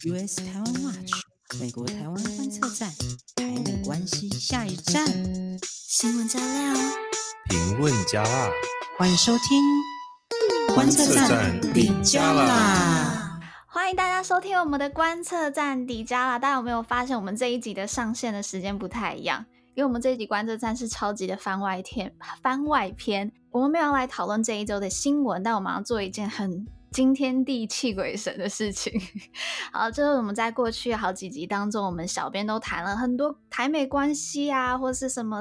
US 台湾 Watch 美国台湾观测站，台美关系下一站， 新闻加料， 评论加辣， 欢迎收听观测站底加啦。 欢迎大家收听我们的观测站底加啦。大家有没有发现我们这一集的上线的时间不太一样？因为我们这一集观测站是超级的番外篇，我们没有要来讨论这一周的新闻，但我们要做一件很惊天地泣鬼神的事情。好，就是我们在过去好几集当中，我们小编都谈了很多台美关系啊，或是什么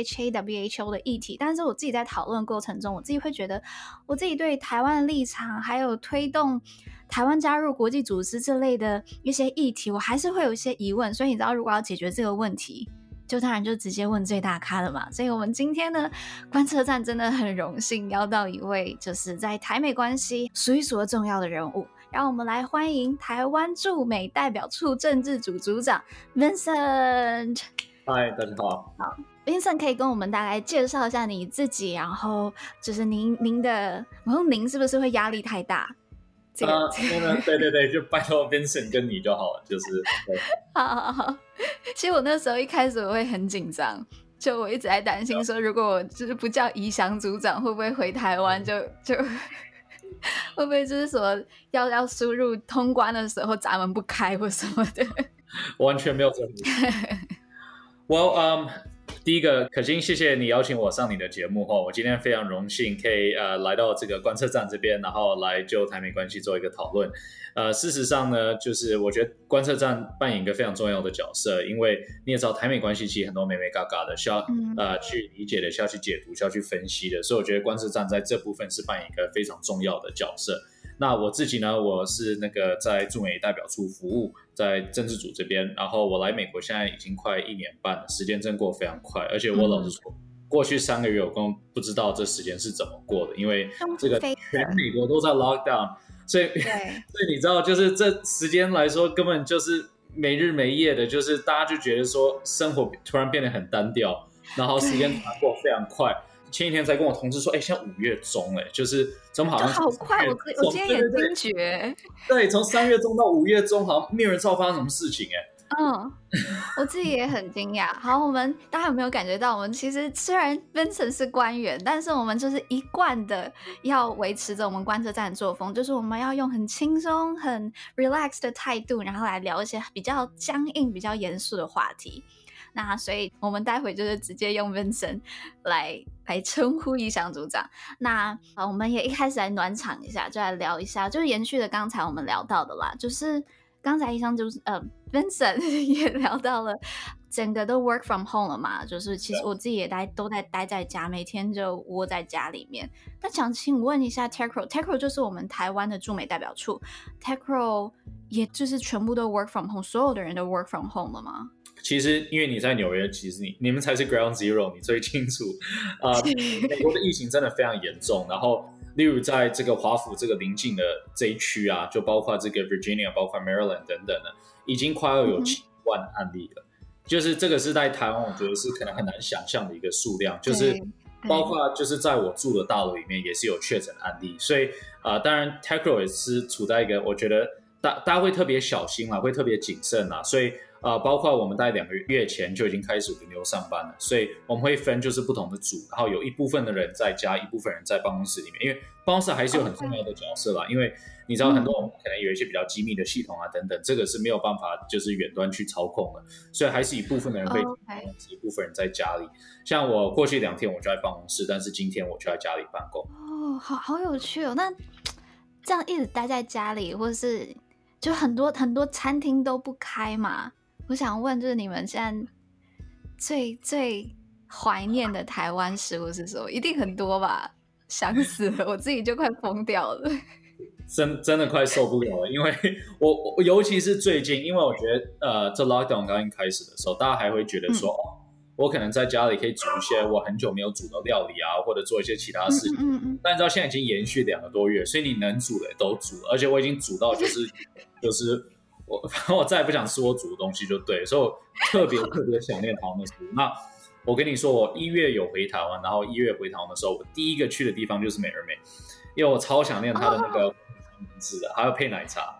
WHO 的议题，但是我自己在讨论过程中，我自己会觉得我自己对台湾的立场还有推动台湾加入国际组织这类的一些议题，我还是会有一些疑问。所以你知道，如果要解决这个问题，就当然就直接问最大咖了嘛。所以我们今天呢，观测站真的很荣幸邀到一位就是在台美关系数一数二重要的人物，让我们来欢迎台湾驻美代表处政治组组长 Vincent。 嗨，大家好。 好， Vincent 可以跟我们大概介绍一下你自己，然后就是您的，然后您是不是会压力太大？ 对，就拜托 Vincent 跟你就好了，就是对。 好，其实我那时候一开始我会很紧张，就我一直在担心说，如果我就是不叫宜祥组长，会不会回台湾就会不会就是说要输入通关的时候闸门不开或什么的？ 完全没有这回事。Well, 第一个，可心，谢谢你邀请我上你的节目我今天非常荣幸可以来到这个观测站这边，然后来就台美关系做一个讨论。事实上呢，就是我觉得观测站扮演一个非常重要的角色，因为你也知道台美关系其实很多眉眉角角的需要去理解的，需要去解读，需要去分析的，所以我觉得观测站在这部分是扮演一个非常重要的角色。那我自己呢，我是那个在驻美代表处服务，在政治组这边，然后我来美国现在已经快1年半了，时间真过非常快，而且我老实说，过去3个月我根本不知道这时间是怎么过的，因为这个全美国都在 lockdown， 所以你知道，就是这时间来说，根本就是没日没夜的，就是大家就觉得说生活突然变得很单调，然后时间过非常快。前几天才跟我同事说，现在5月中就是怎么好像好快，我今天也惊觉。 对，从3月中到5月中，好像没有人知道发生什么事情我自己也很惊讶。好，我们大家有没有感觉到，我们其实虽然 Vincent 是官员，但是我们就是一贯的要维持着我们观测站的作风，就是我们要用很轻松、很 relax 的态度，然后来聊一些比较僵硬、比较严肃的话题。那所以我们待会就是直接用 Vincent 来称呼宜祥组长。那我们也一开始来暖场一下，就来聊一下，就是延续的刚才我们聊到的啦，就是刚才宜祥就是Vincent 也聊到了整个都 work from home 了嘛，就是其实我自己也都在待在家，每天就窝在家里面。那想请问一下 TechRo 就是我们台湾的驻美代表处， TechRo 也就是全部都 work from home， 所有的人都 work from home 了吗？ 其实因为你在纽约，其实你们才是 ground zero， 你最清楚。美国的疫情真的非常严重，然后例如在这个华府这个邻近的这一区啊，就包括这个 Virginia， 包括 Maryland 等等的，已经快要有7万案例了。就是这个是在台湾，我觉得是可能很难想象的一个数量，就是包括就是在我住的大楼里面也是有确诊案例，所以当然 TechRo 也是处在一个我觉得大家会特别小心啦，会特别谨慎啦，所以包括我们大概2个月前就已经开始轮流上班了，所以我们会分就是不同的组，然后有一部分的人在家，一部分人在办公室里面，因为办公室还是有很重要的角色啦，因为你知道很多人可能有一些比较机密的系统啊等等，这个是没有办法就是远端去操控的，所以还是一部分的人会一部分人在家里。像我过去2天我就在办公室，但是今天我就在家里办公。 好有趣哦。那这样一直待在家里，或是就很多餐厅都不开嘛？我想问，就是你们现在最怀念的台湾食物是什么？一定很多吧？想死了，我自己就快疯掉了。 真的快受不了了，因为我尤其是最近，因为我觉得这 lockdown 刚开始的时候，大家还会觉得说我可能在家里可以煮一些我很久没有煮的料理啊，或者做一些其他事情。但你知道现在已经延续2个多月，所以你能煮的也都煮了，而且我已经煮到就是我再也不想吃我煮的东西就对了，所以我特别想念台湾的食物。那我跟你说，我1月有回台湾，然后1月回台湾的时候，我第一个去的地方就是美而美，因为我超想念它的那个名字的，还有配奶茶。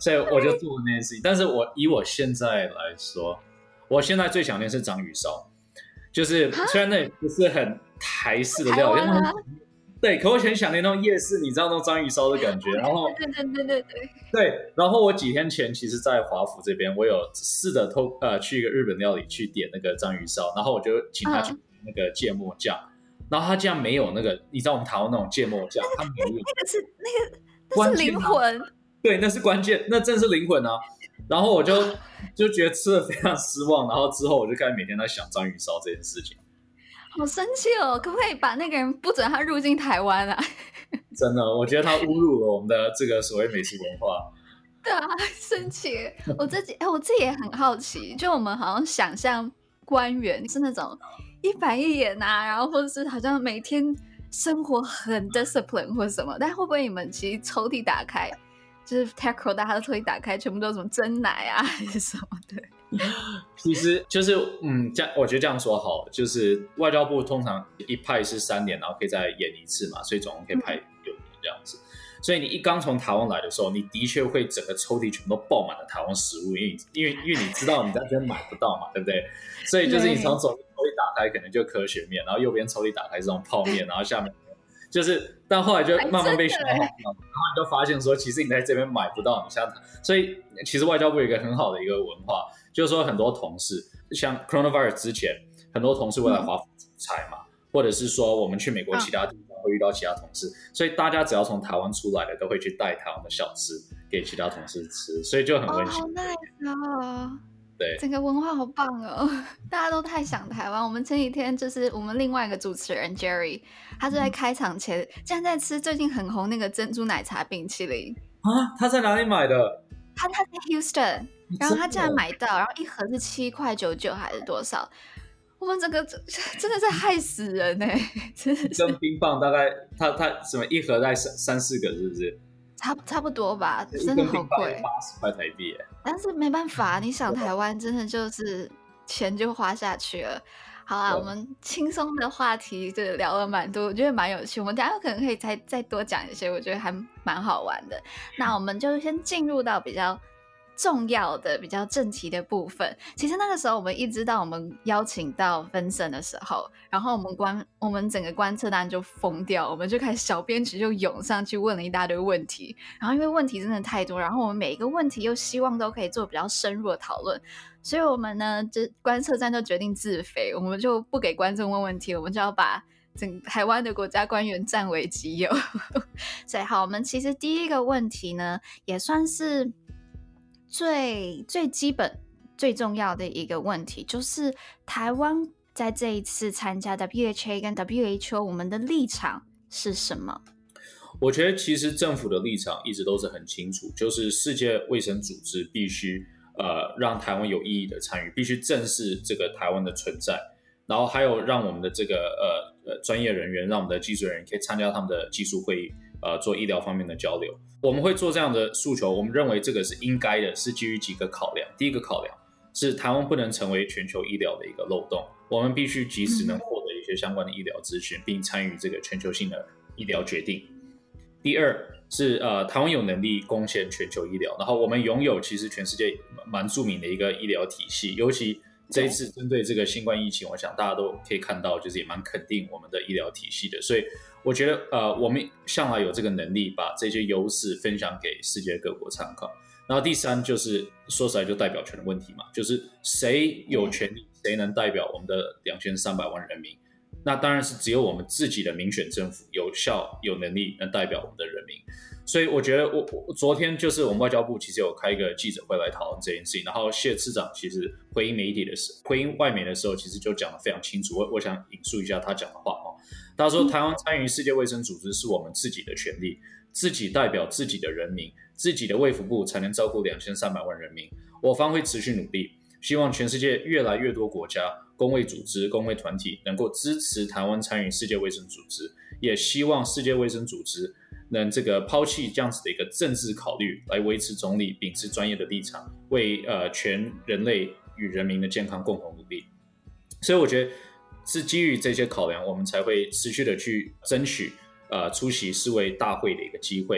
所以我就做了那件事情。但是以我现在来说，我现在最想念是章鱼烧，就是虽然那也不是很台式的料理，对，可我很想念那种夜市，你知道那种章鱼烧的感觉。然后对，然后我几天前其实，在华府这边，我有试着去一个日本料理去点那个章鱼烧，然后我就请他去点那个芥末酱，然后他竟然没有那个，你知道我们台湾那种芥末酱，他没有。 那是灵魂。 对，那是关键，那真的是灵魂啊！然后我就觉得吃了非常失望，然后之后我就开始每天在想章鱼烧这件事情。 好生气哦！可不可以把那个人不准他入境台湾啊？ 真的，我觉得他侮辱了我们的这个所谓美食文化。 对啊，生气！我自己也很好奇，就我们好像想象官员是那种一板一眼啊，然后或者是好像每天生活很 discipline 或者什么，但会不会你们其实抽屉打开，就是 Taco 大家的抽屉打开，全部都是什么真奶啊还是什么的？ 其实就是这样，我觉得这样说好了，就是外交部通常一派是3年，然后可以再演一次嘛，所以总共可以派6年这样子。所以你一刚从台湾来的时候，你的确会整个抽屉全部都爆满了台湾食物，因为你知道你在这边买不到嘛，对不对？所以就是你从左边抽屉打开可能就科学面，然后右边抽屉打开这种泡面，然后下面就是，但后来就慢慢被消耗，然后你就发现说，其实你在这边买不到，所以其实外交部有一个很好的一个文化，就是说很多同事，像 coronavirus 之前，很多同事会来华府出差嘛，或者是说我们去美国其他地方会遇到其他同事，所以大家只要从台湾出来的，都会去带台湾的小吃给其他同事吃，所以就很温馨。 好 nice 哦！ 对， 整个文化好棒哦，大家都太想台湾。我们前几天就是我们另外一个主持人 Jerry， 他就在开场前竟然在吃最近很红那个珍珠奶茶冰淇淋啊！他在哪里买的？ 他在 Houston， 然后他竟然买到，然后一盒是7.99块还是多少？我们整个真的是害死人欸，真的是。 跟冰棒大概他什么一盒在3-4个是不是？ 差不多吧，真的好贵 ，80块台币耶。 但是没办法，你想台湾真的就是钱就花下去了。好啦，我们轻松的话题就聊了蛮多，我觉得蛮有趣。我们等一下可能可以再多讲一些，我觉得还蛮好玩的。那我们就先进入到比较重要的、比较正题的部分。其实那个时候我们一直到我们邀请到Vincent的时候，然后我们整个观测单就疯掉，我们就开始小编辑就涌上去问了一大堆问题。然后因为问题真的太多，然后我们每一个问题又希望都可以做比较深入的讨论，所以我们呢，就观测站就决定自肥，我们就不给观众问问题，我们就要把整台湾的国家官员占为己有。所以好，我们其实第一个问题呢，也算是最基本最重要的一个问题，就是台湾在这一次参加 WHA 跟 WHO 我们的立场是什么？ 我觉得其实政府的立场一直都是很清楚，就是世界卫生组织必须让台湾有意义的参与，必须正视这个台湾的存在，然后还有让我们的这个专业人员，让我们的技术人员可以参加他们的技术会议，做医疗方面的交流。我们会做这样的诉求，我们认为这个是应该的，是基于几个考量。第一个考量是台湾不能成为全球医疗的一个漏洞，我们必须及时能获得一些相关的医疗资讯，并参与这个全球性的医疗决定。第二是台湾有能力贡献全球医疗，然后我们拥有其实全世界蛮著名的一个医疗体系，尤其这一次针对这个新冠疫情，我想大家都可以看到，就是也蛮肯定我们的医疗体系的，所以我觉得我们向来有这个能力把这些优势分享给世界各国参考。然后第三就是说实在就代表权的问题嘛，就是谁有权利，谁能代表我们的2300万人民？那当然是只有我们自己的民选政府有效有能力能代表我们的人民。所以我觉得我昨天就是我们外交部其实有开一个记者会来讨论这件事情，然后谢次长其实回应外媒的时候其实就讲得非常清楚，我想引述一下他讲的话。他说台湾参与世界卫生组织是我们自己的权利，自己代表自己的人民，自己的卫福部才能照顾2300万人民。我方会持续努力，希望全世界越来越多国家、公卫组织、公卫团体能够支持台湾参与世界卫生组织，也希望世界卫生组织能这个抛弃这样子的一个政治考虑，来维持中立，秉持专业的立场，为全人类与人民的健康共同努力。所以我觉得是基于这些考量，我们才会持续的去争取出席世卫大会的一个机会。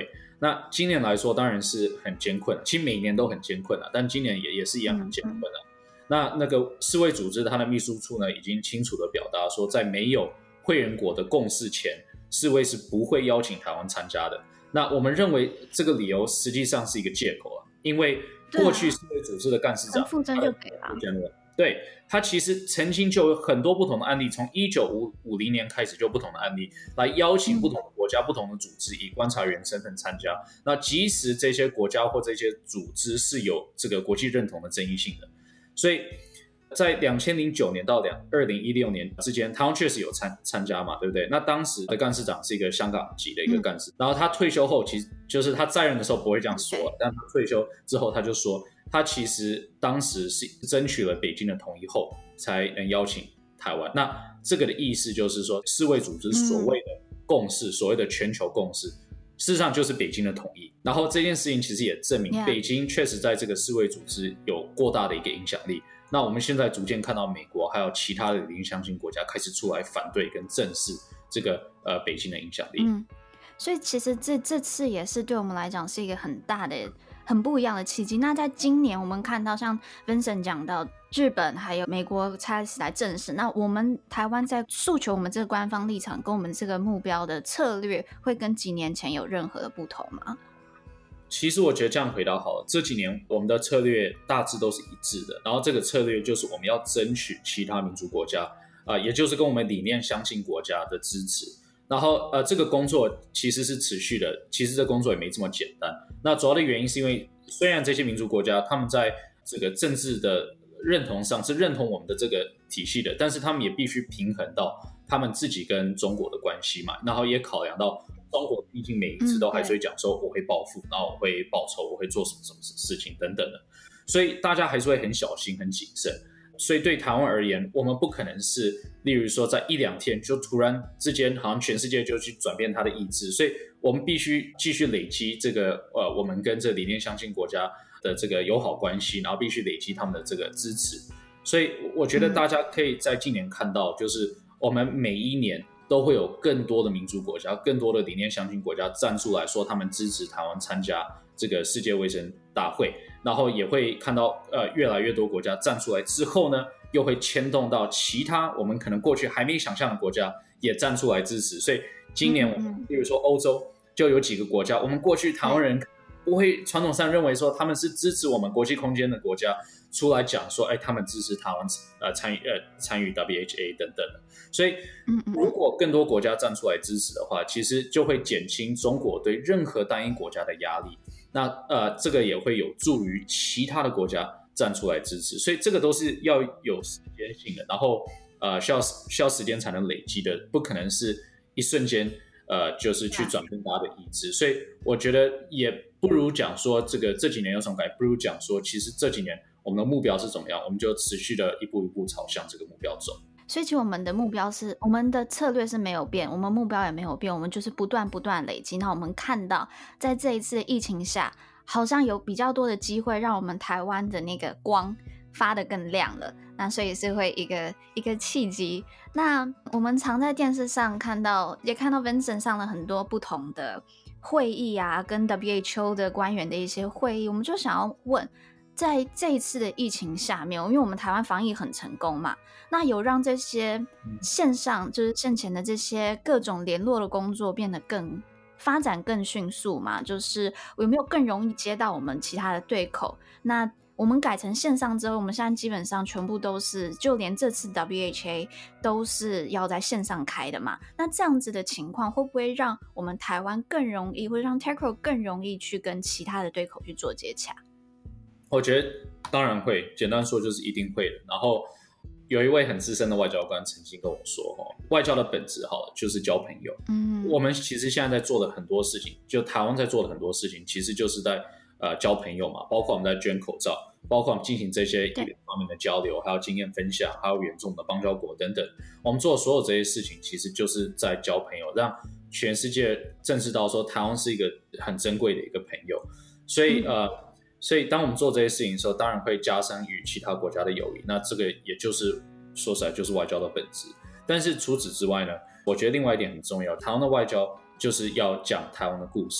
那今年来说当然是很艰困，其实每年都很艰困但今年也是一样很艰困那个世卫组织它的秘书处呢，已经清楚的表达说，在没有会员国的共识前，世卫是不会邀请台湾参加的。那我们认为这个理由实际上是一个借口因为过去世卫组织的干事长傅征就给了， 对，他其实曾经就有很多不同的案例，从1950年开始就不同的案例来邀请不同的国家、不同的组织以观察员身份参加。那即使这些国家或这些组织是有这个国际认同的争议性的，所以在2009年到2016年之间，台湾确实有参加嘛，对不对？那当时的干事长是一个香港籍的一个干事，然后他退休后，其实就是他在任的时候不会这样说但他退休之后他就说，他其实当时是争取了北京的同意后才能邀请台湾。那这个的意思就是说，世卫组织所谓的共识，所谓的全球共识，事实上就是北京的同意。然后这件事情其实也证明北京确实在这个世卫组织有过大的一个影响力。那我们现在逐渐看到美国还有其他的邻近相近国家开始出来反对跟正视这个北京的影响力。 所以其实这次也是对我们来讲是一个很大的很不一样的契机。那在今年我们看到像 Vincent 讲到日本还有美国开始来正视，那我们台湾在诉求我们这个官方立场跟我们这个目标的策略会跟几年前有任何的不同吗？ 其实我觉得这样回答好了，这几年我们的策略大致都是一致的，然后这个策略就是我们要争取其他民主国家也就是跟我们理念相近国家的支持。然后这个工作其实是持续的，其实这工作也没这么简单。那主要的原因是因为虽然这些民主国家他们在这个政治的认同上是认同我们的这个体系的，但是他们也必须平衡到他们自己跟中国的关系嘛，然后也考量到中国毕竟每一次都还是会讲说我会报复，然后我会报仇，我会做什么事情等等的，所以大家还是会很小心很谨慎。所以对台湾而言，我们不可能是例如说在1-2天就突然之间好像全世界就去转变它的意志，所以我们必须继续累积这个我们跟这理念相近国家的这个友好关系，然后必须累积他们的这个支持。所以我觉得大家可以在近年看到，就是我们每一年都会有更多的民主国家、更多的理念相近国家站出来说他们支持台湾参加这个世界卫生大会，然后也会看到越来越多国家站出来之后呢，又会牵动到其他我们可能过去还没想象的国家也站出来支持。所以今年我们比如说欧洲就有几个国家，我们过去台湾人不会传统上认为说他们是支持我们国际空间的国家，出来讲说他们支持台湾参与 WHA 等等的。所以如果更多国家站出来支持的话，其实就会减轻中国对任何单一国家的压力。那这个也会有助于其他的国家站出来支持，所以这个都是要有时间性的，然后需要时间才能累积的，不可能是一瞬间就是去转变大家的意志。所以我觉得也不如讲说这几年有什么改，不如讲说其实这几年我们的目标是怎么样，我们就持续的一步一步朝向这个目标走。 所以其实我们的目标是，我们的策略是没有变，我们目标也没有变，我们就是不断累积。那我们看到在这一次的疫情下，好像有比较多的机会让我们台湾的那个光发得更亮了，那所以是会一个契机。那我们常在电视上看到，也看到 Vincent 上了很多不同的会议啊，跟 WHO 的官员的一些会议，我们就想要问，在这一次的疫情下面，因为我们台湾防疫很成功嘛，那有让这些线上就是线前的这些各种联络的工作变得发展更迅速嘛？就是有没有更容易接到我们其他的对口？那我们改成线上之后，我们现在基本上全部都是，就连这次 WHA 都是要在线上开的嘛。那这样子的情况会不会让我们台湾更容易，或者让 TechCrowd 更容易去跟其他的对口去做接洽？ 我觉得当然会，简单说就是一定会的。然后有一位很资深的外交官曾经跟我说，外交的本质好了就是交朋友。我们其实现在在做的很多事情，就台湾在做的很多事情，其实就是在交朋友嘛，包括我们在捐口罩，包括我们进行这些医疗方面的交流，还有经验分享，还有援助我们的邦交国等等。我们做的所有这些事情，其实就是在交朋友，让全世界正视到说台湾是一个很珍贵的一个朋友。所以当我们做这些事情的时候，当然会加深与其他国家的友谊，那这个也就是说实在就是外交的本质。但是除此之外呢，我觉得另外一点很重要，台湾的外交就是要讲台湾的故事。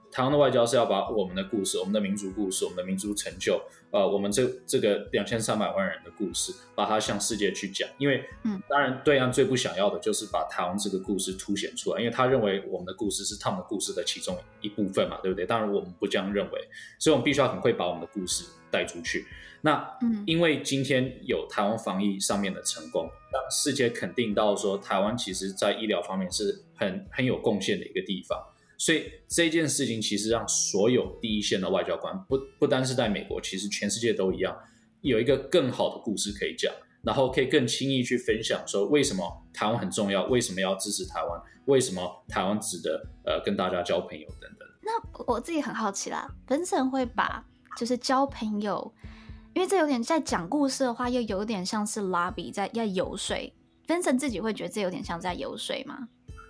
台湾的外交是要把我们的故事、我们的民族故事、我们的民族成就，我们这个2300万人的故事，把它向世界去讲。因为，当然对岸最不想要的就是把台湾这个故事凸显出来，因为他认为我们的故事是他们的故事的其中一部分嘛，对不对？当然我们不这样认为，所以我们必须要很会把我们的故事带出去。那因为今天有台湾防疫上面的成功，让世界肯定到说台湾其实在医疗方面是很有贡献的一个地方。所以这件事情其实让所有第一线的外交官，不单是在美国，其实全世界都一样，有一个更好的故事可以讲，然后可以更轻易去分享说为什么台湾很重要，为什么要支持台湾，为什么台湾值得跟大家交朋友等等。 那我自己很好奇啦，Vincent会把就是交朋友，因为这有点在讲故事的话，又有点像是 lobby 在游说。Vincent 自己会觉得这有点像在游说吗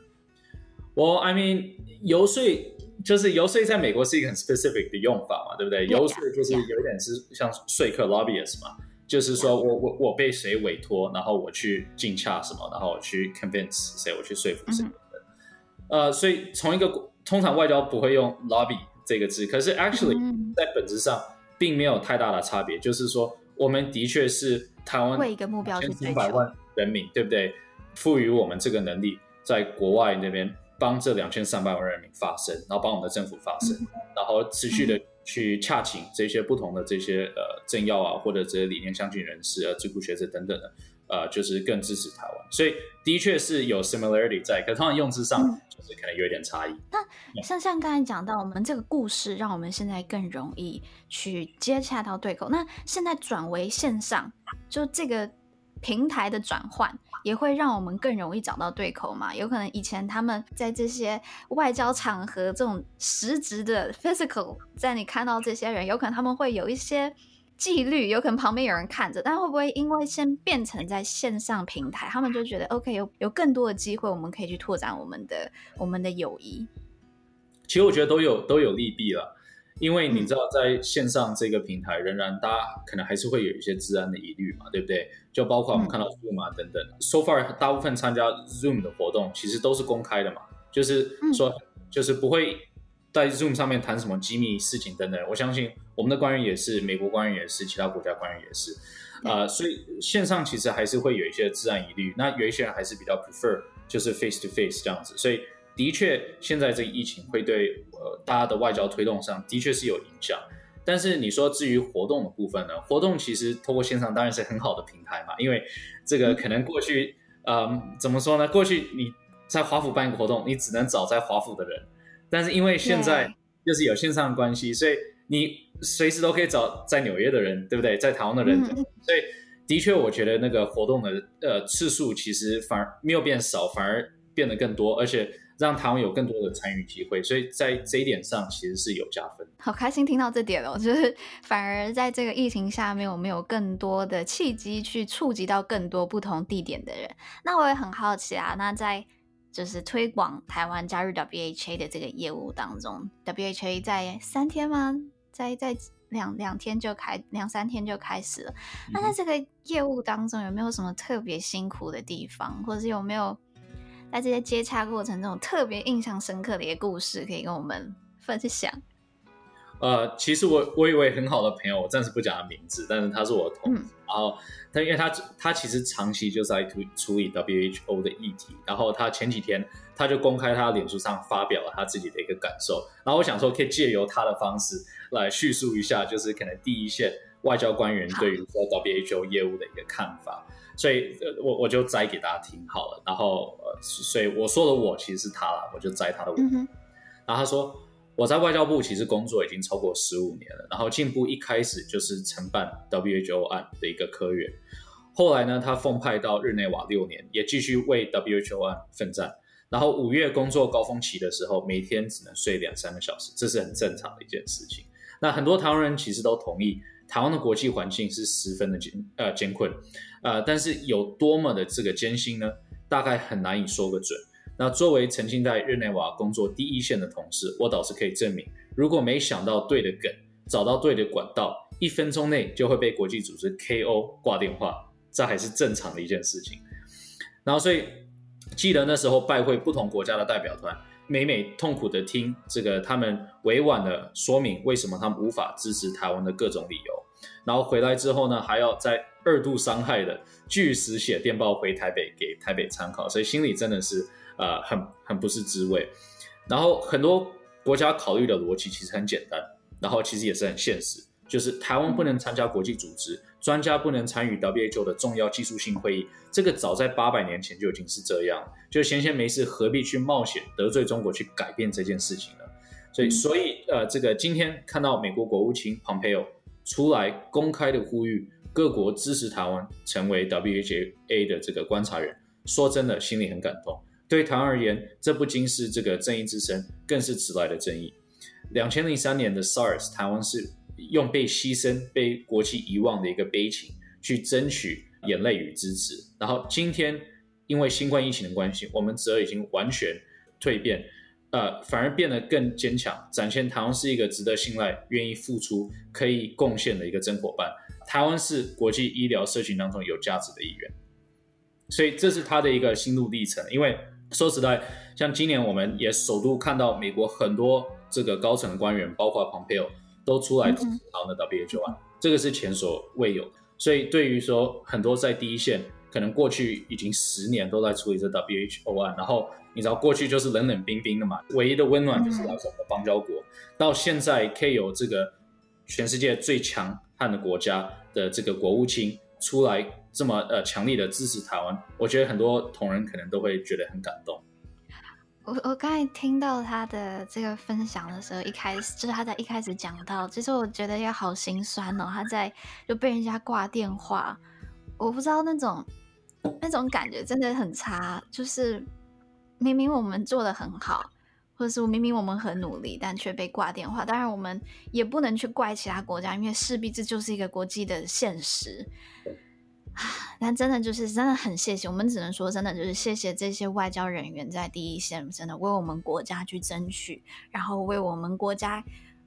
？Well, I mean， 游说就是游说，在美国是一个很 specific 的用法嘛，对不对？游说就是有一点是像说客 lobbyist 嘛，就是说我被谁委托，然后我去竞洽什么，然后我去 convince 谁，我去说服谁。所以从一个通常外交不会用 lobby 这个字，可是 actually 在本质上并没有太大的差别，就是说我们的确是台湾为一个目标去追求 1300万人民，对不对？赋予我们这个能力，在国外那边帮这2300万人民发声，然后帮我们的政府发声，然后持续的去洽请这些不同的这些政要啊，或者这些理念相近人士、智库学者等等的，就是更支持台湾。所以的确是有 similarity 在，可通常用字上就是可能有一点差异。 那像刚才讲到，我们这个故事让我们现在更容易去接洽到对口。那现在转为线上，就这个平台的转换也会让我们更容易找到对口嘛？有可能以前他们在这些外交场合这种实质的 physical， 在你看到这些人，有可能他们会有一些纪律，有可能旁边有人看着，但会不会因为先变成在线上平台，他们就觉得 OK 有更多的机会，我们可以去拓展我们的友谊？ 其实我觉得都有利弊了。因为你知道，在线上这个平台，仍然大家可能还是会有一些治安的疑虑嘛，对不对？就包括我们看到 Zoom 啊等等。So far， 大部分参加 Zoom 的活动其实都是公开的嘛，就是说，就是不会在 Zoom 上面谈什么机密事情等等。我相信我们的官员也是，美国官员也是，其他国家官员也是。所以线上其实还是会有一些治安疑虑。那有一些人还是比较 prefer 就是 face to face 这样子，所以。的确，现在这个疫情会对大家的外交推动上的确是有影响，但是你说至于活动的部分呢？活动其实透过线上当然是很好的平台嘛，因为这个可能过去怎么说呢？过去你在华府办一个活动，你只能找在华府的人，但是因为现在就是有线上的关系，所以你随时都可以找在纽约的人，对不对？在台湾的人，所以的确我觉得那个活动的次数其实反而没有变少，反而变得更多，而且让台湾有更多的参与机会，所以在这一点上其实是有加分。 好开心听到这点哦，就是反而在这个疫情下面，我们有更多的契机去触及到更多不同地点的人。那我也很好奇啊，那在就是推广台湾加入 WHA 的这个业务当中 ，WHA 在3天吗？在2-3天就开始了。那在这个业务当中，有没有什么特别辛苦的地方，或者是有没有在这些接洽过程中特别印象深刻的一个故事可以跟我们分享？ 其实我有一位很好的朋友，我暂时不讲他名字，但是他是我的同事。然后因为他其实长期就在处理 WHO 的议题，然后他前几天他就公开他脸书上发表了他自己的一个感受，然后我想说可以借由他的方式来叙述一下，就是可能第一线外交官员对于说 WHO 业务的一个看法。所以我就摘给大家听好了，然后所以我说的我其实是他啦，我就摘他的我。然后他说我在外交部其实工作已经超过15年了，然后进部一开始就是承办 WHO 案的一个科员，后来呢他奉派到日内瓦6年，也继续为 WHO 案奋战，然后5月工作高峰期的时候，每天只能睡2-3个小时，这是很正常的一件事情。那很多台湾人其实都同意台湾的国际环境是十分的艰困，但是有多么的这个艰辛呢？大概很难以说个准。那作为曾经在日内瓦工作第一线的同事，我倒是可以证明，如果没想到对的梗，找到对的管道，1分钟内就会被国际组织 KO 挂电话，这还是正常的一件事情。然后所以记得那时候拜会不同国家的代表团， 每痛苦的听这个他们委婉的说明为什么他们无法支持台湾的各种理由，然后回来之后呢，还要再2度伤害的据实写电报回台北给台北参考，所以心里真的是很不是滋味。然后很多国家考虑的逻辑其实很简单，然后其实也是很现实，就是台湾不能参加国际组织，专家不能参与 WHO 的重要技术性会议，这个早在800年前就已经是这样，就闲闲没事何必去冒险得罪中国去改变这件事情呢？所以这个今天看到美国国务卿 Pompeo 出来公开的呼吁各国支持台湾成为 WHA 的这个观察员，说真的心里很感动。对台湾而言，这不仅是这个正义之声，更是迟来的正义。2003年的 SARS， 台湾是用被牺牲、被国际遗忘的一个悲情去争取眼泪与支持，然后今天因为新冠疫情的关系，我们则已经完全蜕变，反而变得更坚强，展现台湾是一个值得信赖、愿意付出、可以贡献的一个真伙伴。台湾是国际医疗社群当中有价值的一员，所以这是他的一个心路历程。因为说实在，像今年我们也首度看到美国很多这个高层官员，包括 Pompeo 都出来支持台湾的 WHO 案，这个是前所未有的。所以对于说很多在第一线，可能过去已经10年都在处理这 WHO 案，然后你知道过去就是冷冷冰冰的嘛，唯一的温暖就是来自我们的邦交国，到现在可以有这个全世界最强悍的国家的这个国务卿出来这么强力的支持台湾，我觉得很多同仁可能都会觉得很感动。 我刚才听到他的这个分享的时候，他在一开始讲到，其实我觉得也好心酸哦，他就被人家挂电话，我不知道那种感觉真的很差，就是明明我们做得很好，或者是明明我们很努力，但却被挂电话。当然我们也不能去怪其他国家，因为势必这就是一个国际的现实。但真的很谢谢，我们只能说真的就是谢谢这些外交人员在第一线，真的为我们国家去争取，然后为我们国家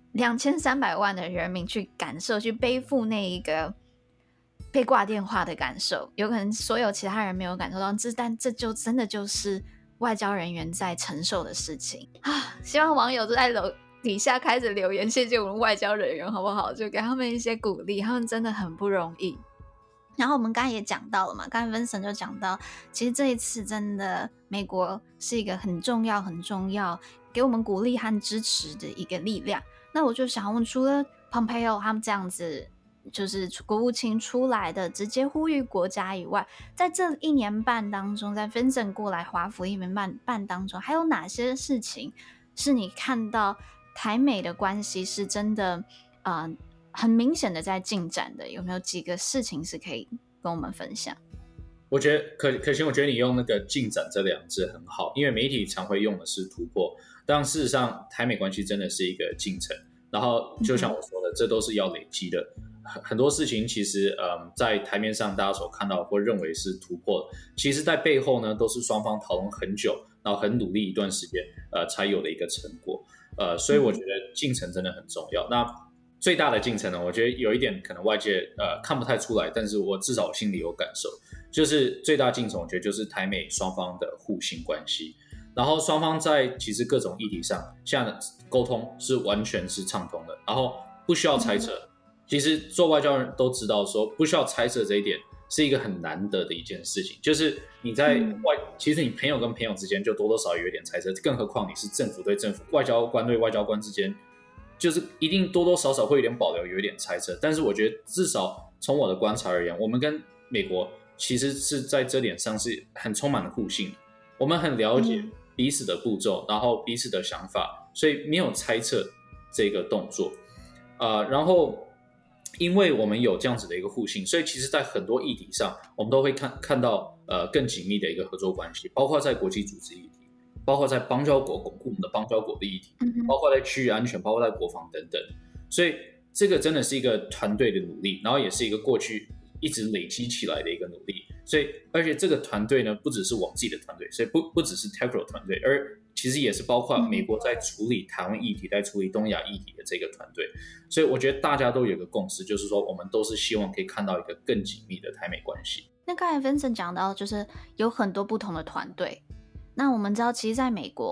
2300万的人民去感受，去背负那一个被挂电话的感受。有可能所有其他人没有感受到，但这就真的就是外交人员在承受的事情啊！希望网友都在底下开始留言，谢谢我们外交人员，好不好？就给他们一些鼓励，他们真的很不容易。然后我们刚才也讲到了嘛，刚才 Vincent 就讲到，其实这一次真的美国是一个很重要给我们鼓励和支持的一个力量。那我就想问，除了 Pompeo 他们这样子就是国务卿出来的直接呼吁国家以外，在这1年半当中，在 Vincent 过来华府1年半当中，还有哪些事情是你看到台美的关系是真的很明显的在进展的？有没有几个事情是可以跟我们分享？ 我觉得可行，我觉得你用那个进展这2个字很好，因为媒体常会用的是突破，但事实上台美关系真的是一个进程，然后就像我说的，这都是要累积的。很多事情其实在台面上大家所看到或认为是突破的，其实在背后呢都是双方讨论很久，然后很努力一段时间才有的一个成果。所以我觉得进程真的很重要。那最大的进程呢，我觉得有一点可能外界看不太出来，但是我至少心里有感受，就是最大进程我觉得就是台美双方的互信关系，然后双方在其实各种议题上现在沟通是完全是畅通的，然后不需要猜测。其实做外交人都知道说不需要猜测这一点是一个很难得的一件事情，就是你在其实你朋友跟朋友之间就多多少少有一点猜测，更何况你是政府对政府、外交官对外交官之间，就是一定多多少少会有点保留，有一点猜测。但是我觉得至少从我的观察而言，我们跟美国其实是在这点上是很充满了互信，我们很了解彼此的步骤，然后彼此的想法，所以没有猜测这个动作。然后因为我们有这样子的一个互信，所以其实在很多议题上我们都会看到更紧密的一个合作关系，包括在国际组织议题，包括在邦交国巩固我们的邦交国的议题，包括在区域安全，包括在国防等等。所以这个真的是一个团队的努力，然后也是一个过去一直累积起来的一个努力。所以而且这个团队呢不只是我们自己的团队，所以不只是 Tagro 团队，而其实也是包括美国在处理台湾议题，在处理东亚议题的这个团队。所以我觉得大家都有一个共识，就是说我们都是希望可以看到一个更紧密的台美关系。 那刚才 Vincent 讲到就是有很多不同的团队，那我们知道其实在美国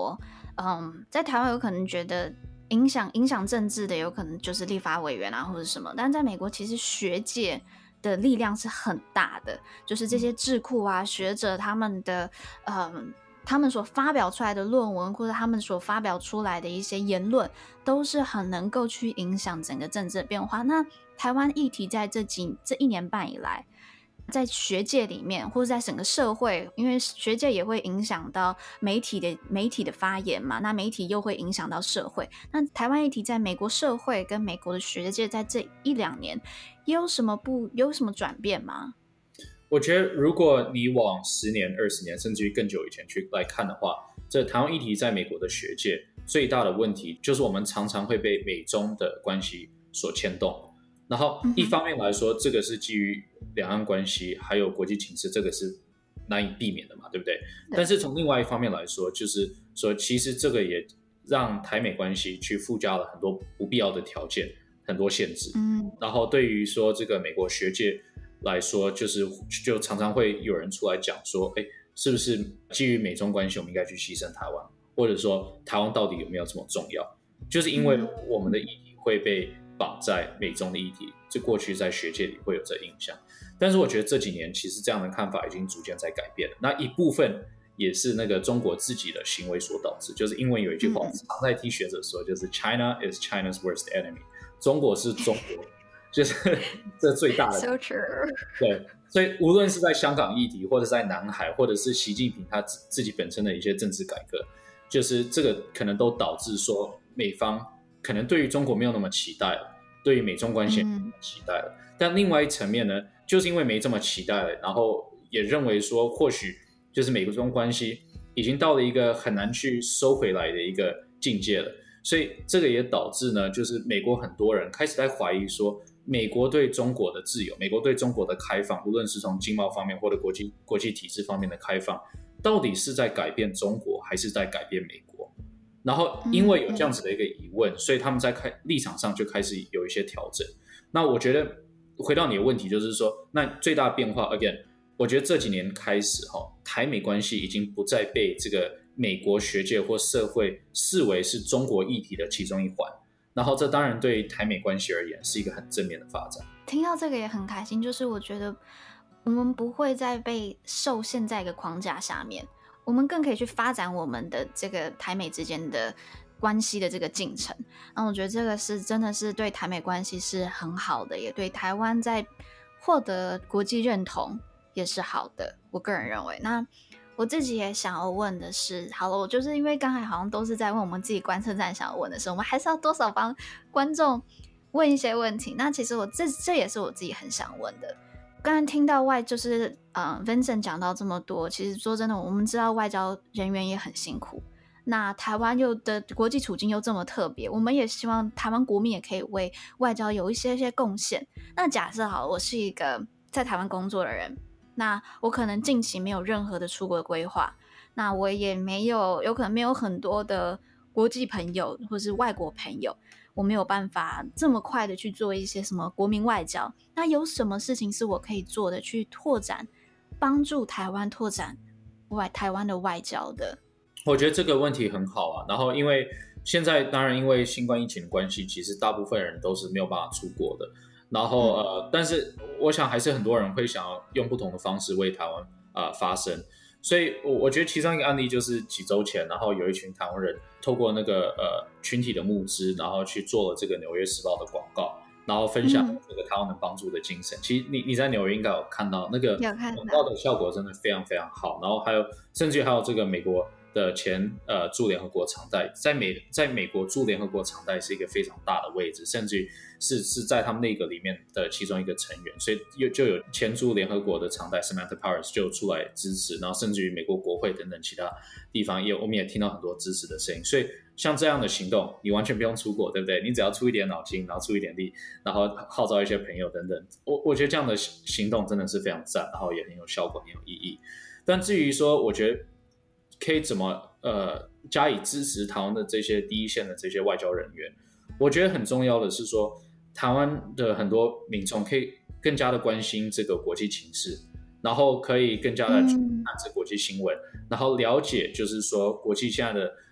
在台湾有可能觉得影响政治的有可能就是立法委员啊或者什么，但在美国其实学界的力量是很大的，就是这些智库啊学者他们的他们所发表出来的论文或者他们所发表出来的一些言论都是很能够去影响整个政治的变化。那台湾议题在这1年半以来，在学界里面或者在整个社会，因为学界也会影响到媒体的发言嘛，那媒体又会影响到社会。那台湾议题在美国社会跟美国的学界在这1-2年有什么转变吗？ 我觉得如果你往10年、20年甚至于更久以前去来看的话，这台湾议题在美国的学界最大的问题就是我们常常会被美中的关系所牵动。然后一方面来说，这个是基于两岸关系还有国际情势，这个是难以避免的嘛，对不对？但是从另外一方面来说，就是说其实这个也让台美关系去附加了很多不必要的条件，很多限制。然后对于说这个美国学界来说，就常常会有人出来讲说，是不是基于美中关系我们应该去牺牲台湾，或者说台湾到底有没有这么重要，就是因为我们的议题会被绑在美中的议题，这过去在学界里会有这印象。但是我觉得这几年其实这样的看法已经逐渐在改变了，那一部分也是那个中国自己的行为所导致，就是英文有一句话常在听学者说，就是 China is China's worst enemy， 中国是中国就是这最大的 So true。 对，所以无论是在香港议题，或者在南海，或者是习近平他自己本身的一些政治改革，就是这个可能都导致说美方可能对于中国没有那么期待了，对于美中关系也没有那么期待了。但另外一层面呢，就是因为没这么期待了，然后也认为说或许就是美中关系已经到了一个很难去收回来的一个境界了，所以这个也导致呢，就是美国很多人开始在怀疑说，美国对中国的自由，美国对中国的开放，无论是从经贸方面或者国际体制方面的开放，到底是在改变中国还是在改变美国？然后因为有这样子的一个疑问，所以他们在立场上就开始有一些调整。那我觉得回到你的问题，就是说那最大的变化 again， 我觉得这几年开始台美关系已经不再被这个美国学界或社会视为是中国议题的其中一环，然后这当然对台美关系而言是一个很正面的发展。 听到这个也很开心，就是我觉得我们不会再被受限在一个框架下面，我们更可以去发展我们的这个台美之间的关系的这个进程。那我觉得这个是真的是对台美关系是很好的，也对台湾在获得国际认同也是好的，我个人认为。那我自己也想要问的是，好了，我就是因为刚才好像都是在问我们自己观测站想要问的事，我们还是要多少帮观众问一些问题。那其实这也是我自己很想问的。刚才听到就是Vincent 讲到这么多，其实说真的，我们知道外交人员也很辛苦。那台湾的国际处境又这么特别，我们也希望台湾国民也可以为外交有一些贡献。那假设好，我是一个在台湾工作的人，那我可能近期没有任何的出国规划，那我也有可能没有很多的国际朋友或是外国朋友，我没有办法这么快的去做一些什么国民外交。那有什么事情是我可以做的，去帮助台湾拓展台湾的外交的？ 我觉得这个问题很好啊。然后因为现在当然因为新冠疫情的关系，其实大部分人都是没有办法出国的。然后但是我想还是很多人会想要用不同的方式为台湾发声。所以我觉得其中一个案例就是几周前，然后有一群台湾人透过那个群体的募资，然后去做了这个纽约时报的广告，然后分享这个台湾能帮助的精神。其实你在纽约应该有看到那个广告的效果真的非常非常好。然后甚至还有这个美国的前驻联合国常代，在美国驻联合国常代是一个非常大的位置，甚至于是在他们内阁里面的其中一个成员，所以就有前驻联合国的常代 Samantha Powers 就出来支持，然后甚至于美国国会等等其他地方我们也听到很多支持的声音。所以像这样的行动，你完全不用出国，对不对？你只要出一点脑筋，然后出一点力，然后号召一些朋友等等，我觉得这样的行动真的是非常赞，然后也很有效果，很有意义。但至于说，我觉得可以怎么加以支持台湾的这些第一线的这些外交人员，我觉得很重要的是说，台湾的很多民众可以更加的关心这个国际情势，然后可以更加的去看这国际新闻，然后了解就是说国际现在的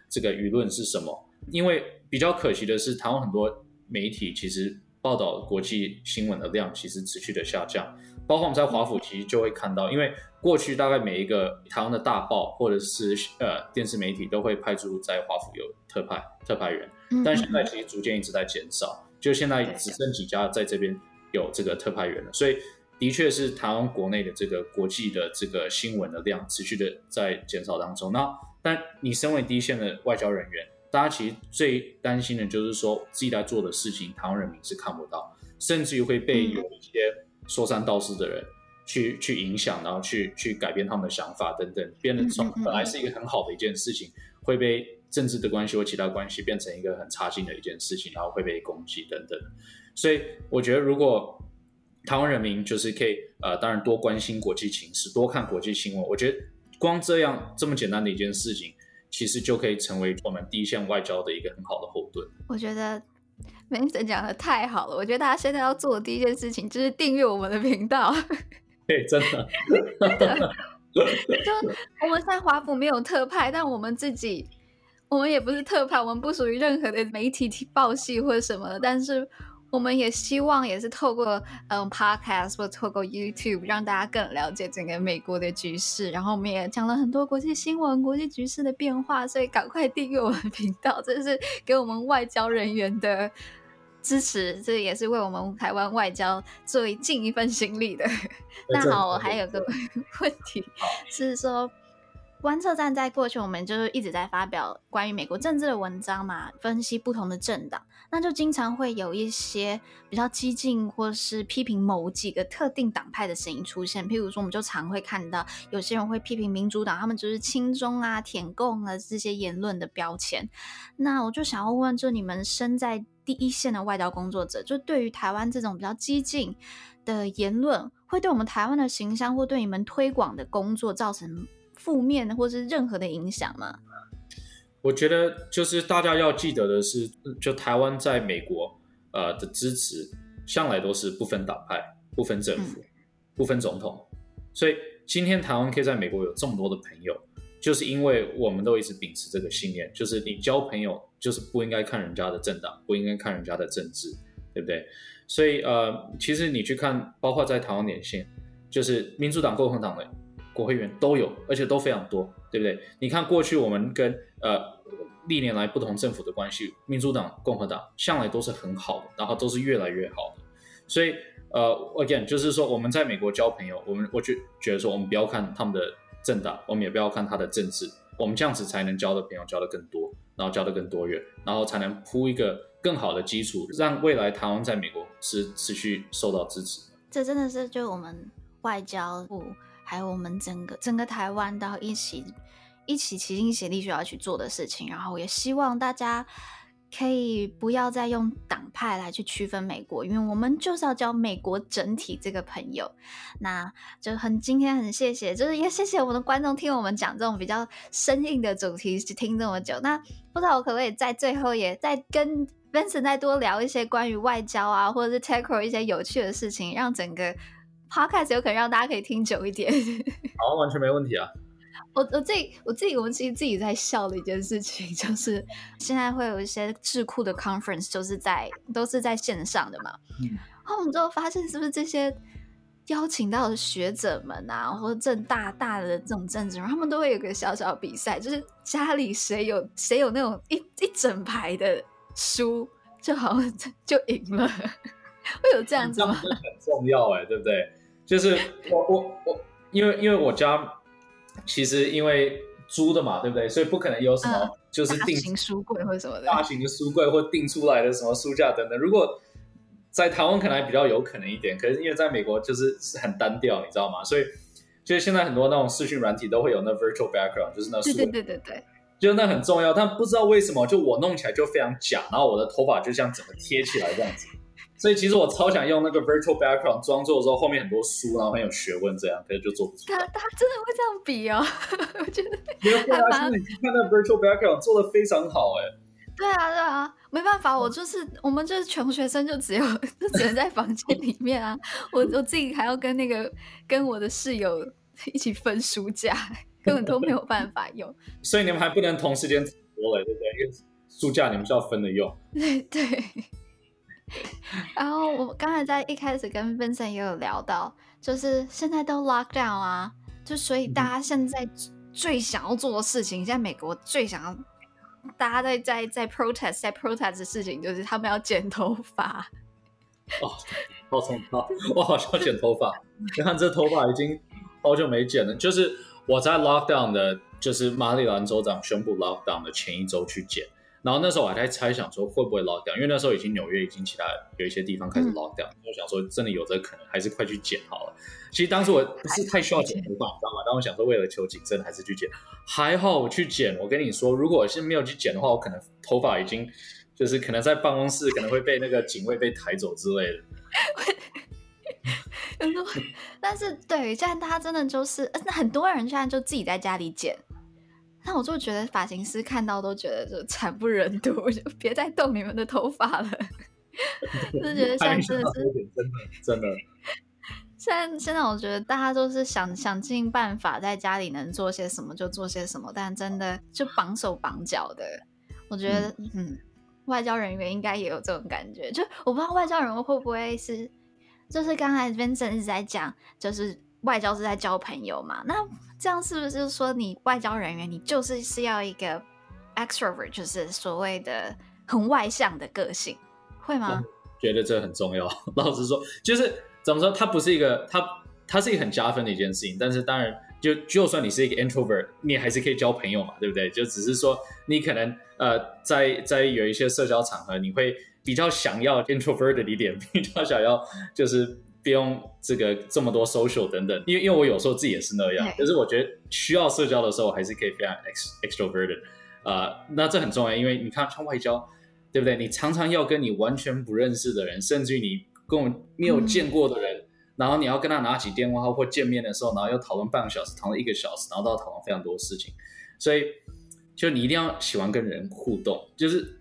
这个舆论是什么。因为比较可惜的是，台湾很多媒体其实报道国际新闻的量其实持续的下降，包括我们在华府其实就会看到，因为过去大概每一个台湾的大报或者是电视媒体都会派驻在华府有特派员，但现在其实逐渐一直在减少，就现在只剩几家在这边有这个特派员了，所以的确是台湾国内的这个国际的这个新闻的量持续的在减少当中。但你身为第一线的外交人员，大家其实最担心的就是说自己在做的事情台湾人民是看不到，甚至于会被有一些说三道四的人去影响，然后去改变他们的想法等等，变得从本来是一个很好的一件事情，会被政治的关系或其他关系变成一个很差劲的一件事情，然后会被攻击等等。所以我觉得如果台湾人民就是可以当然多关心国际情势，多看国际新闻，我觉得光这么简单的一件事情，其实就可以成为我们第一线外交的一个很好的后盾。 我觉得Vincent 讲的太好了，我觉得大家现在要做的第一件事情就是订阅我们的频道。 对，真的。 就我们在华府没有特派，但我们也不是特派，我们不属于任何的媒体报系或者什么的，但是我们也希望也是透过podcast 或透过 YouTube 让大家更了解整个美国的局势，然后我们也讲了很多国际新闻、国际局势的变化，所以赶快订阅我们频道，这是给我们外交人员的支持，这也是为我们台湾外交尽一份心力的。那好，我还有个问题是说，观测站在过去我们就是一直在发表关于美国政治的文章嘛，分析不同的政党，那就经常会有一些比较激进或是批评某几个特定党派的声音出现。譬如说我们就常会看到有些人会批评民主党，他们就是亲中啊、舔共啊这些言论的标签。那我就想要问，就你们身在第一线的外交工作者，就对于台湾这种比较激进的言论，会对我们台湾的形象或对你们推广的工作造成负面或是任何的影响吗？ 我觉得就是大家要记得的是，就台湾在美国的支持向来都是不分党派、不分政府、不分总统，所以今天台湾可以在美国有这么多的朋友，就是因为我们都一直秉持这个信念，就是你交朋友就是不应该看人家的政党，不应该看人家的政治，对不对？所以其实你去看，包括在台湾连线，就是民主党、共和党的国会议员都有，而且都非常多，对不对？你看过去我们跟历年来不同政府的关系，民主党、共和党向来都是很好的，然后都是越来越好的。所以again 就是说我们在美国交朋友，我就觉得说我们不要看他们的政党，我们也不要看他的政治，我们这样子才能交的朋友交得更多，然后交得更多元，然后才能铺一个更好的基础，让未来台湾在美国是持续受到支持的。 这真的是就我们外交部还有我们整个台湾都一起齐心协力需要去做的事情，然后也希望大家可以不要再用党派来去区分美国，因为我们就是要交美国整体这个朋友。那就今天很谢谢，就是也谢谢我们的观众听我们讲这种比较生硬的主题听这么久。那不知道我可不可以在最后也再跟 Vincent 再多聊一些关于外交啊，或者是 tackle 一些有趣的事情，让整个 podcast 有可能让大家可以听久一点。 好，完全没问题啊。 我们其实自己在笑的一件事情，就是现在会有一些智库的 conference， 都是在线上的嘛。然后我们就发现，是不是这些邀请到的学者们啊，或者大的这种政治人，他们都会有个小小比赛，就是家里谁有那种一整排的书，就好像就赢了，会有这样子吗？ 这样很重要对不对？就是我因为我家。其实因为租的嘛，对不对？所以不可能有什么就是大型书柜或者什么的， 大型的书柜或订出来的什么书架等等。如果在台湾可能还比较有可能一点，可是因为在美国就是很单调，你知道吗？所以就是现在很多那种视讯软体都会有那 virtual background， 就是那对， 就那很重要。但不知道为什么，就我弄起来就非常假，然后我的头发就像整个贴起来这样子。所以其实我超想用那个 virtual background 装作的时候，后面很多书，然后很有学问，这样可是就做不出来。 他真的会这样比哦，我觉得。 你看那 virtual background 做得非常好对啊，没办法，我们就是穷学生，就只能在房间里面啊。我自己还要跟我的室友一起分书架，根本都没有办法用。 所以你们还不能同时间直多了，对不对？因为暑假你们是要分着用。 对。然后我刚才在一开始跟 Vincent 也有聊到，就是现在都 lockdown 啊，就所以大家现在最想要做的事情，现在美国最想要大家在 protest 的事情，就是他们要剪头发。 好崇高，我好想剪头发。你看这头发已经好久没剪了，就是我在 lockdown 的，就是马里兰州长宣布 lockdown 的前一周去剪。然后那时候我还在猜想说会不会 lockdown， 因为那时候已经纽约已经其他有一些地方开始 lockdown，我想说真的有这个可能，还是快去剪好了。其实当时我不是太需要剪头发，你知道吗？但我想说为了求谨慎，还是去剪。还好我去剪，我跟你说，如果我是没有去剪的话，我可能头发已经就是可能在办公室可能会被那个警卫被抬走之类的。 但是对，现在大家真的就是很多人现在就自己在家里剪。那我就觉得发型师看到都觉得就惨不忍睹，就别再动你们的头发了。就觉得现在真的是真的。 现在我觉得大家都是想尽办法在家里能做些什么就做些什么，但真的就绑手绑脚的。我觉得外交人员应该也有这种感觉，就我不知道外交人员会不会是，就是刚才 Vincent 一直在讲，就是外交是在交朋友嘛，那这样是不是就是说你外交人员你就是要一个 extrovert， 就是所谓的很外向的个性，会吗？ 我觉得这很重要。老实说，就是怎么说，它不是一个它是一个很加分的一件事情，但是当然就算你是一个 introvert， 你还是可以交朋友嘛，对不对？就只是说你可能在有一些社交场合，你会比较想要 introverted 一点，比较想要就是不用这么多 social 等等，因为我有时候自己也是那样，可是我觉得需要社交的时候还是可以非常 extroverted， 那这很重要，因为你看像外交，对不对？你常常要跟你完全不认识的人，甚至于你根本没有见过的人，然后你要跟他拿起电话或见面的时候，然后要讨论半个小时，讨论1个小时，然后都要讨论非常多事情，所以就你一定要喜欢跟人互动，就是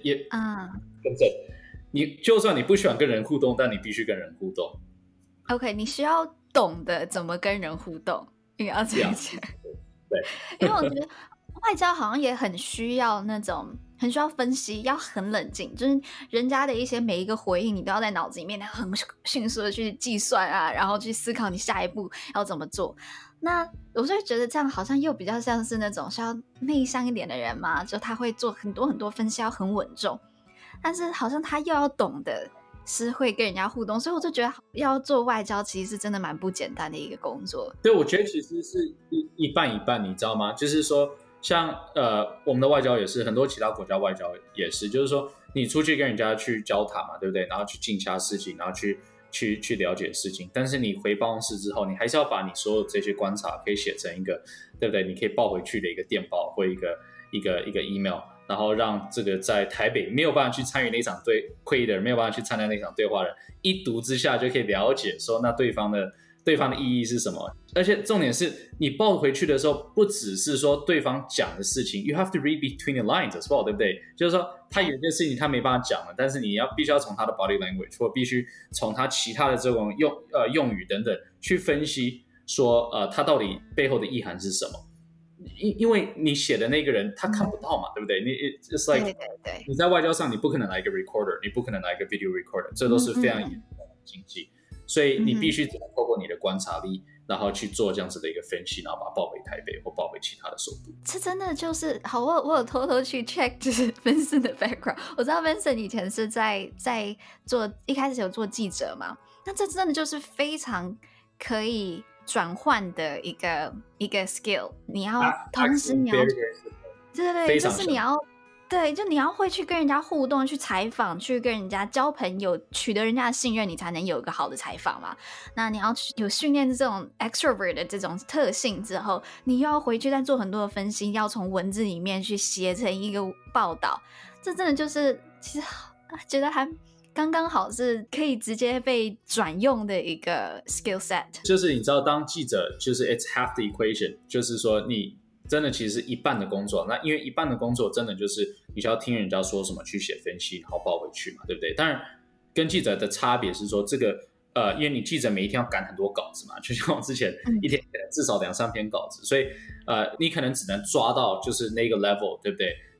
你就算你不喜欢跟人互动，但你必须跟人互动。 OK， 你需要懂得怎么跟人互动，应该要这样讲。 对， 因为我觉得外交好像也很需要那种，很需要分析，要很冷静，就是人家的一些每一个回应，你都要在脑子里面很迅速的去计算啊，然后去思考你下一步要怎么做。那我就觉得这样好像又比较像是那种需要内向一点的人嘛，就他会做很多很多分析，要很稳重，但是好像他又要懂得是会跟人家互动，所以我就觉得要做外交其实是真的蛮不简单的一个工作。 对，我觉得其实是一半一半，你知道吗？就是说像我们的外交也是，很多其他国家外交也是，就是说你出去跟人家去交谈嘛，对不对？然后去进洽事情，然后去了解事情，但是你回办公室之后，你还是要把你所有这些观察可以写成一个，对不对？你可以报回去的一个电报或一个 email， 然后让这个在台北没有办法去参与那场会议的人，没有办法去参加那场对话的人，一读之下就可以了解说那对方的意义是什么。而且重点是你报回去的时候，不只是说对方讲的事情 you have to read between the lines as well， 对不对？就是说他有些事情他没办法讲了，但是你必须要从他的 body language 或必须从他其他的这种用语等等去分析说他到底背后的意涵是什么。因为你写的那个人他看不到嘛，对不对？it's like 对，你在外交上你不可能来一个 recorder， 你不可能来一个 video recorder， 这都是非常严重的禁忌，所以你必须只能透过你的观察力，然后去做这样子的一个分析，然后把它报回台北或报回其他的首都。 这真的就是好，我有偷偷去 check 就是 Vincent 的 background， 我知道 Vincent 以前是在做，一开始有做记者嘛，那这真的就是非常可以转换的一个 skill， 你要同时你要对，就是你要对，就你要会去跟人家互动，去采访，去跟人家交朋友，取得人家的信任，你才能有一个好的采访嘛。那你要有训练这种 extrovert 的这种特性之后，你又要回去再做很多的分析，要从文字里面去写成一个报道，这真的就是其实觉得还刚刚好是可以直接被转用的一个 skill set。 就是你知道当记者就是 it's half the equation， 就是说你真的其实是一半的工作，那因为一半的工作真的就是你需要听人家说什么去写分析，然后报回去嘛，对不对？当然跟记者的差别是说这个因为你记者每一天要赶很多稿子嘛，就像我之前一天可能至少2-3篇稿子，所以你可能只能抓到就是那个 level， 对不对？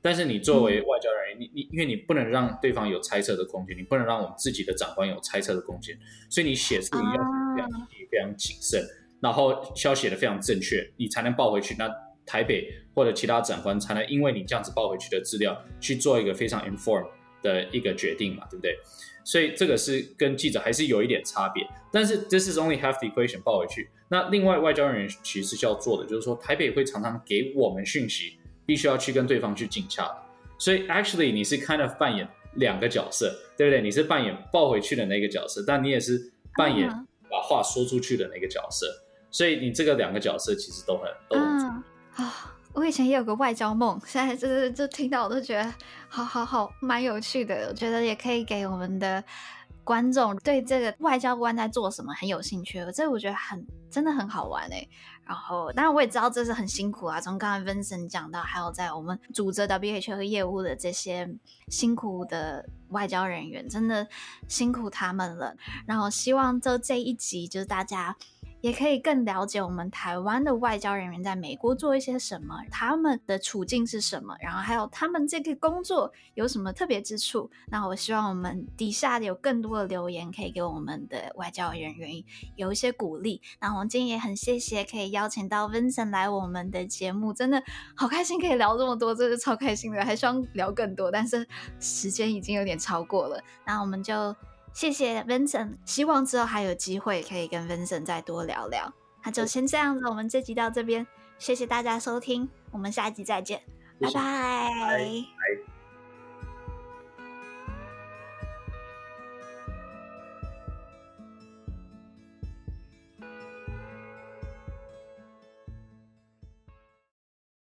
但是你作为外交人员，因为你不能让对方有猜测的空间，你不能让我们自己的长官有猜测的空间，所以你写出一定要非常细、非常谨慎，然后需要写得非常正确，你才能报回去。那台北或者其他长官才能因为你这样子报回去的资料去做一个非常 informed 的一个决定嘛，对不对？所以这个是跟记者还是有一点差别，但是 this is only half the equation 报回去。那另外外交人员其实是要做的，就是说台北会常常给我们讯息，必须要去跟对方去竞洽的。所以 actually 你是 kind of 扮演两个角色，对不对？你是扮演报回去的那个角色，但你也是扮演把话说出去的那个角色。所以你这个两个角色其实都很我以前也有个外交梦，现在就听到我都觉得好蛮有趣的。我觉得也可以给我们的观众对这个外交官在做什么很有兴趣，这我觉得真的很好玩欸。然后当然我也知道这是很辛苦啊，从刚才 Vincent 讲到还有在我们主责 WHO 业务的这些辛苦的外交人员，真的辛苦他们了。然后希望这一集就是大家也可以更了解我们台湾的外交人员在美国做一些什么，他们的处境是什么，然后还有他们这个工作有什么特别之处。那我希望我们底下有更多的留言可以给我们的外交人员有一些鼓励。那我们今天也很谢谢可以邀请到 Vincent 来我们的节目，真的好开心可以聊这么多，真的超开心的，还希望聊更多，但是时间已经有点超过了。那我们就谢谢 Vincent， 希望之后还有机会可以跟 Vincent 再多聊聊。那就先这样子，我们这集到这边，谢谢大家收听，我们下一集再见，拜拜。